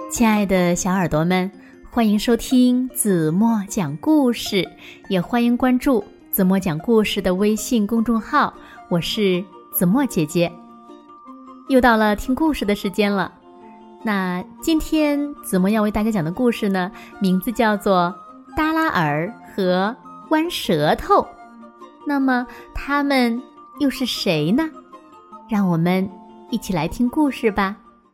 亲爱的小耳朵们，欢迎收听子墨讲故事，也欢迎关注子墨讲故事的微信公众号，我是子墨姐姐。又到了听故事的时间了，那今天子墨要为大家讲的故事呢，名字叫做耷拉耳和弯舌头。那么他们又是谁呢？让我们一起来听故事吧。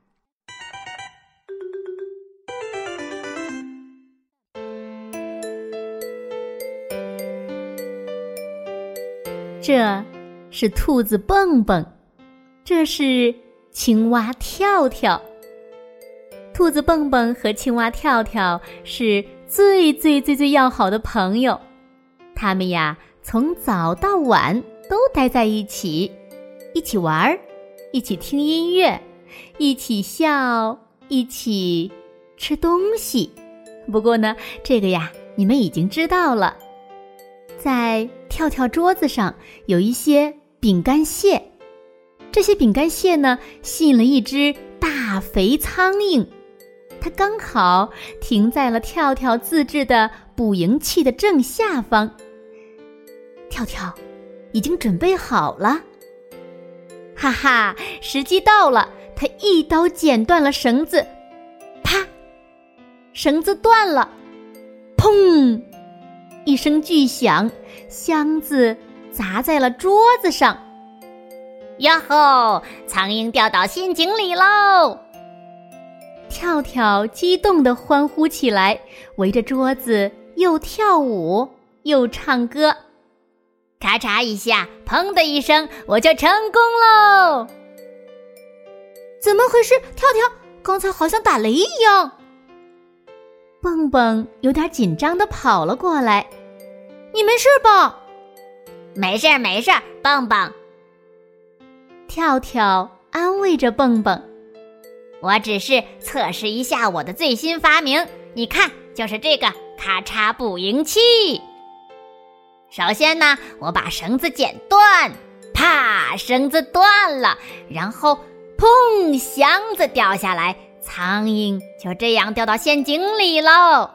这是兔子蹦蹦，这是青蛙跳跳。兔子蹦蹦和青蛙跳跳是最要好的朋友，他们呀从早到晚都待在一起，一起玩，一起听音乐，一起笑，一起吃东西。不过呢，这个呀你们已经知道了。在跳跳桌子上有一些饼干屑，这些饼干屑呢吸引了一只大肥苍蝇，它刚好停在了跳跳自制的捕蝇器的正下方。跳跳已经准备好了，哈哈，时机到了，他一刀剪断了绳子，啪，绳子断了，砰，一声巨响，箱子砸在了桌子上。呀吼，苍蝇掉到陷阱里喽！跳跳激动地欢呼起来，围着桌子又跳舞又唱歌。咔嚓一下，砰的一声，我就成功喽！怎么回事？跳跳，刚才好像打雷一样。蹦蹦有点紧张地跑了过来。你没事吧？没事，蹦蹦。跳跳安慰着蹦蹦。我只是测试一下我的最新发明，你看，就是这个咔嚓捕蝇器。首先呢，我把绳子剪断，啪，绳子断了，然后砰，箱子掉下来，苍蝇就这样掉到陷阱里喽。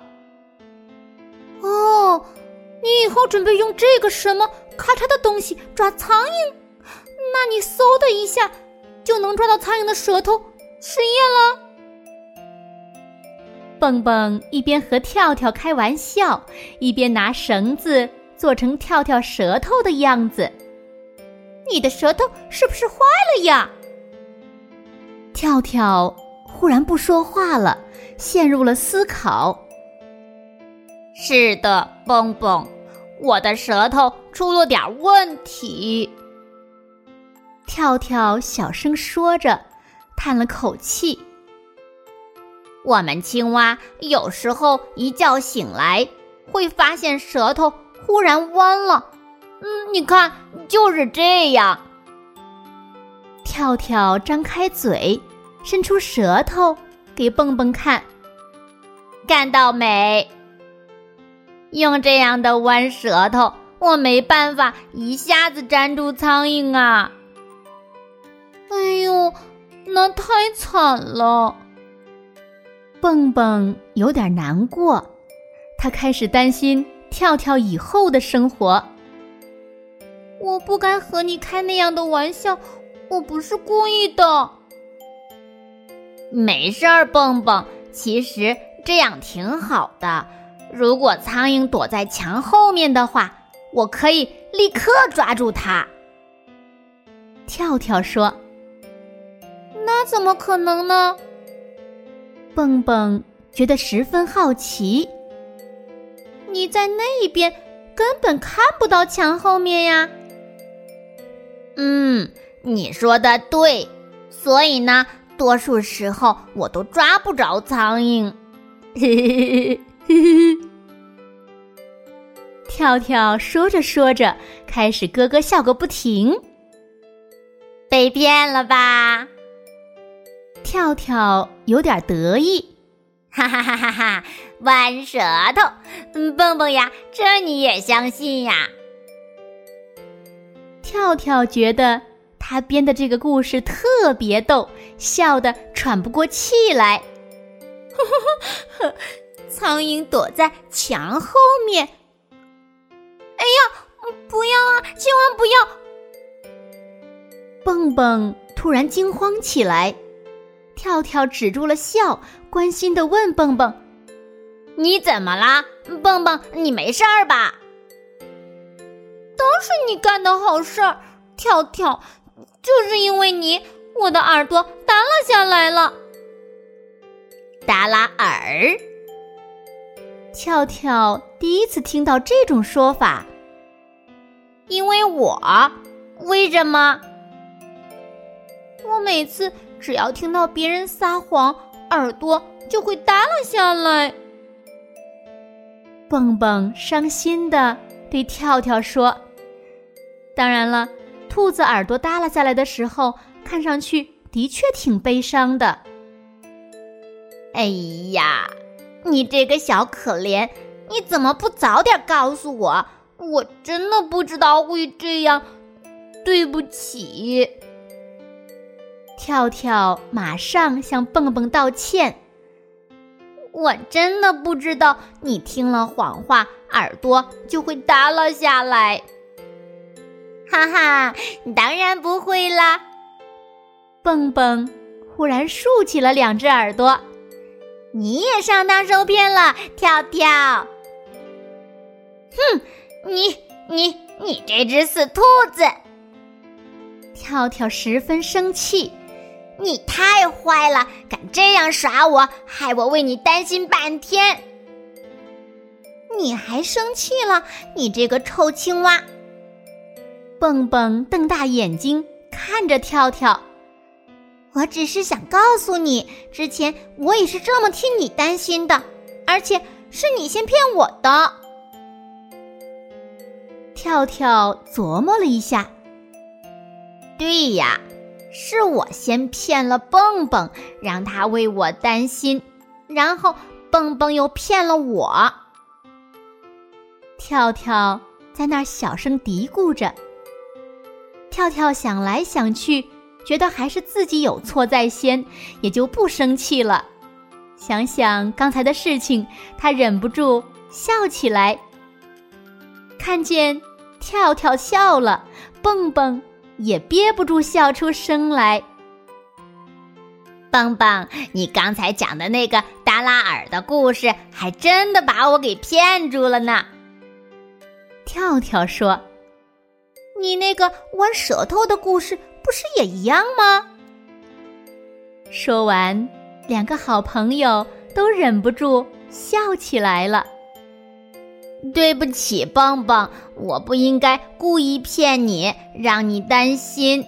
哦，你以后准备用这个什么咔嚓的东西抓苍蝇？那你嗖的一下就能抓到苍蝇的舌头，失业了。蹦蹦一边和跳跳开玩笑，一边拿绳子做成跳跳舌头的样子。你的舌头是不是坏了呀？跳跳忽然不说话了，陷入了思考。是的，蹦蹦，我的舌头出了点问题。跳跳小声说着，叹了口气。我们青蛙有时候一觉醒来，会发现舌头忽然弯了。你看，就是这样。跳跳张开嘴，伸出舌头给蹦蹦看。看到没？用这样的弯舌头，我没办法一下子粘住苍蝇啊。哎呦，那太惨了。蹦蹦有点难过，他开始担心跳跳以后的生活。我不该和你开那样的玩笑，我不是故意的。没事儿，蹦蹦，其实这样挺好的。如果苍蝇躲在墙后面的话，我可以立刻抓住它。跳跳说。那怎么可能呢？蹦蹦觉得十分好奇。你在那边根本看不到墙后面呀。你说的对，所以呢，多数时候我都抓不着苍蝇。跳跳说着说着，开始咯咯笑个不停。被骗了吧？跳跳有点得意。哈哈哈哈哈！弯舌头，蹦蹦呀，这你也相信呀？跳跳觉得他编的这个故事特别逗，笑得喘不过气来。 苍蝇躲在墙后面。哎呀，不要啊，千万不要！ 蹦蹦突然惊慌起来，跳跳止住了笑，关心地问蹦蹦：“ 你怎么啦？蹦蹦，你没事儿吧？”“都是你干的好事儿，跳跳，就是因为你，我的耳朵耷拉下来了。”“耷拉耳？” 跳跳第一次听到这种说法。 “因为我？为什么？”“我每次只要听到别人撒谎，耳朵就会耷拉下来。” 蹦蹦伤心地对跳跳说。当然了，兔子耳朵耷拉下来的时候，看上去的确挺悲伤的。 “哎呀，你这个小可怜，你怎么不早点告诉我？我真的不知道会这样，对不起。” 跳跳马上向蹦蹦道歉。 “我真的不知道你听了谎话，耳朵就会耷拉下来。”“哈哈，当然不会啦！” 蹦蹦忽然竖起了2只耳朵。 “你也上当受骗了，跳跳！”“哼，你这只死兔子！” 跳跳十分生气。 “你太坏了，敢这样耍我，害我为你担心半天。”“你还生气了，你这个臭青蛙！” 蹦蹦瞪大眼睛看着跳跳。 “我只是想告诉你，之前我也是这么替你担心的，而且是你先骗我的。” 跳跳琢磨了一下。 “对呀，是我先骗了蹦蹦，让他为我担心，然后蹦蹦又骗了我。” 跳跳在那儿小声嘀咕着。跳跳想来想去，觉得还是自己有错在先，也就不生气了。想想刚才的事情，他忍不住笑起来。看见跳跳笑了，蹦蹦也憋不住笑出声来。 “蹦蹦，你刚才讲的那个耷拉耳的故事，还真的把我给骗住了呢。” 跳跳说。 “你那个弯舌头的故事不是也一样吗？” 说完，2个好朋友都忍不住笑起来了。 “对不起，蹦蹦，我不应该故意骗你，让你担心。”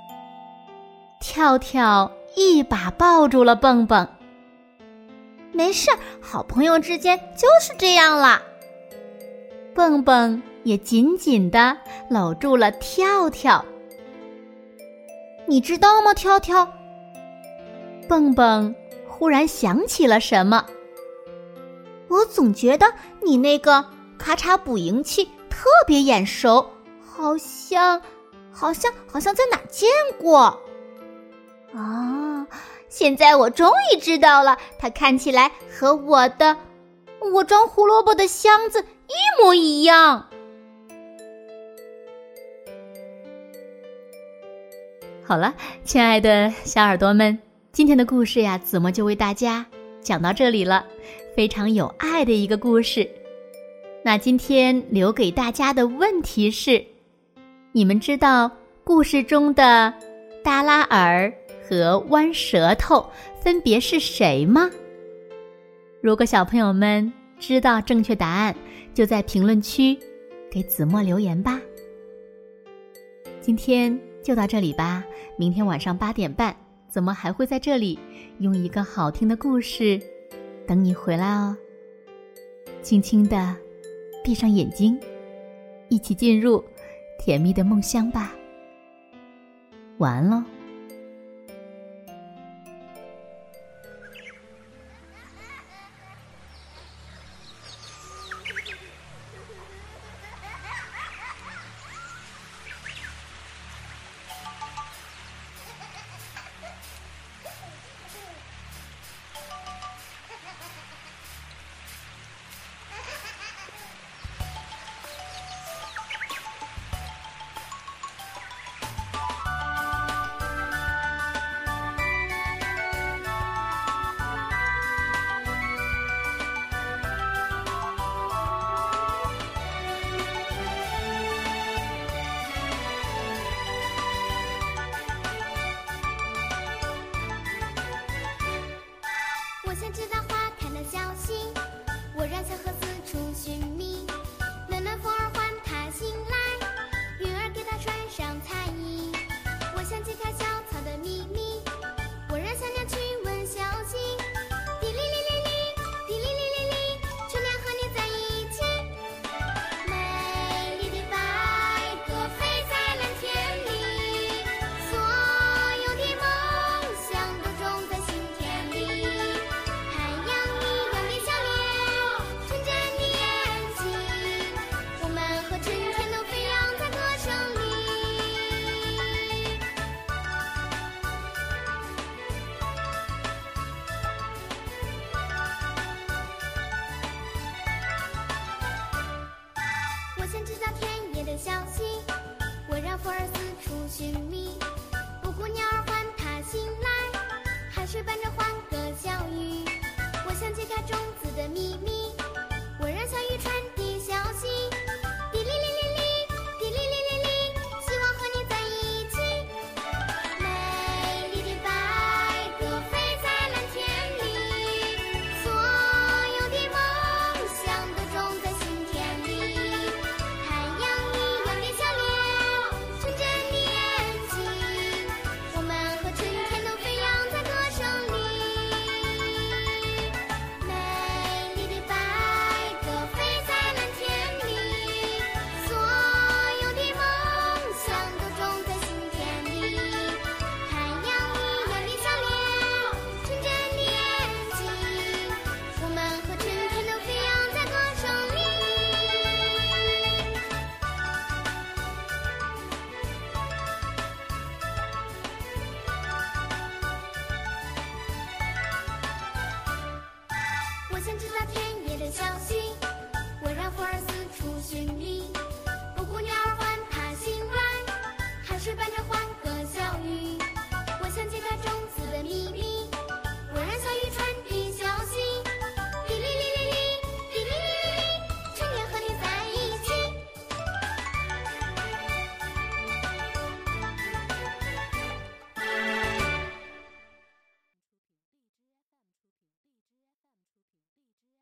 跳跳一把抱住了蹦蹦。 “没事，好朋友之间就是这样啦。” 蹦蹦也紧紧地搂住了跳跳。 “你知道吗，跳跳？” 蹦蹦忽然想起了什么。 “我总觉得你那个咔嚓捕蝇器特别眼熟，好像在哪儿见过。”“啊，现在我终于知道了，它看起来和我装胡萝卜的箱子一模一样。” 好了，亲爱的小耳朵们，今天的故事呀，子墨就为大家讲到这里了，非常有爱的一个故事。那今天留给大家的问题是，你们知道故事中的耷拉耳和弯舌头分别是谁吗？如果小朋友们知道正确答案，就在评论区给子墨留言吧。今天就到这里吧，明天晚上8点半，子墨还会在这里用一个好听的故事等你回来哦。轻轻地闭上眼睛，一起进入甜蜜的梦乡吧。晚安喽。 想知道田野的消息，我让福尔四处寻觅。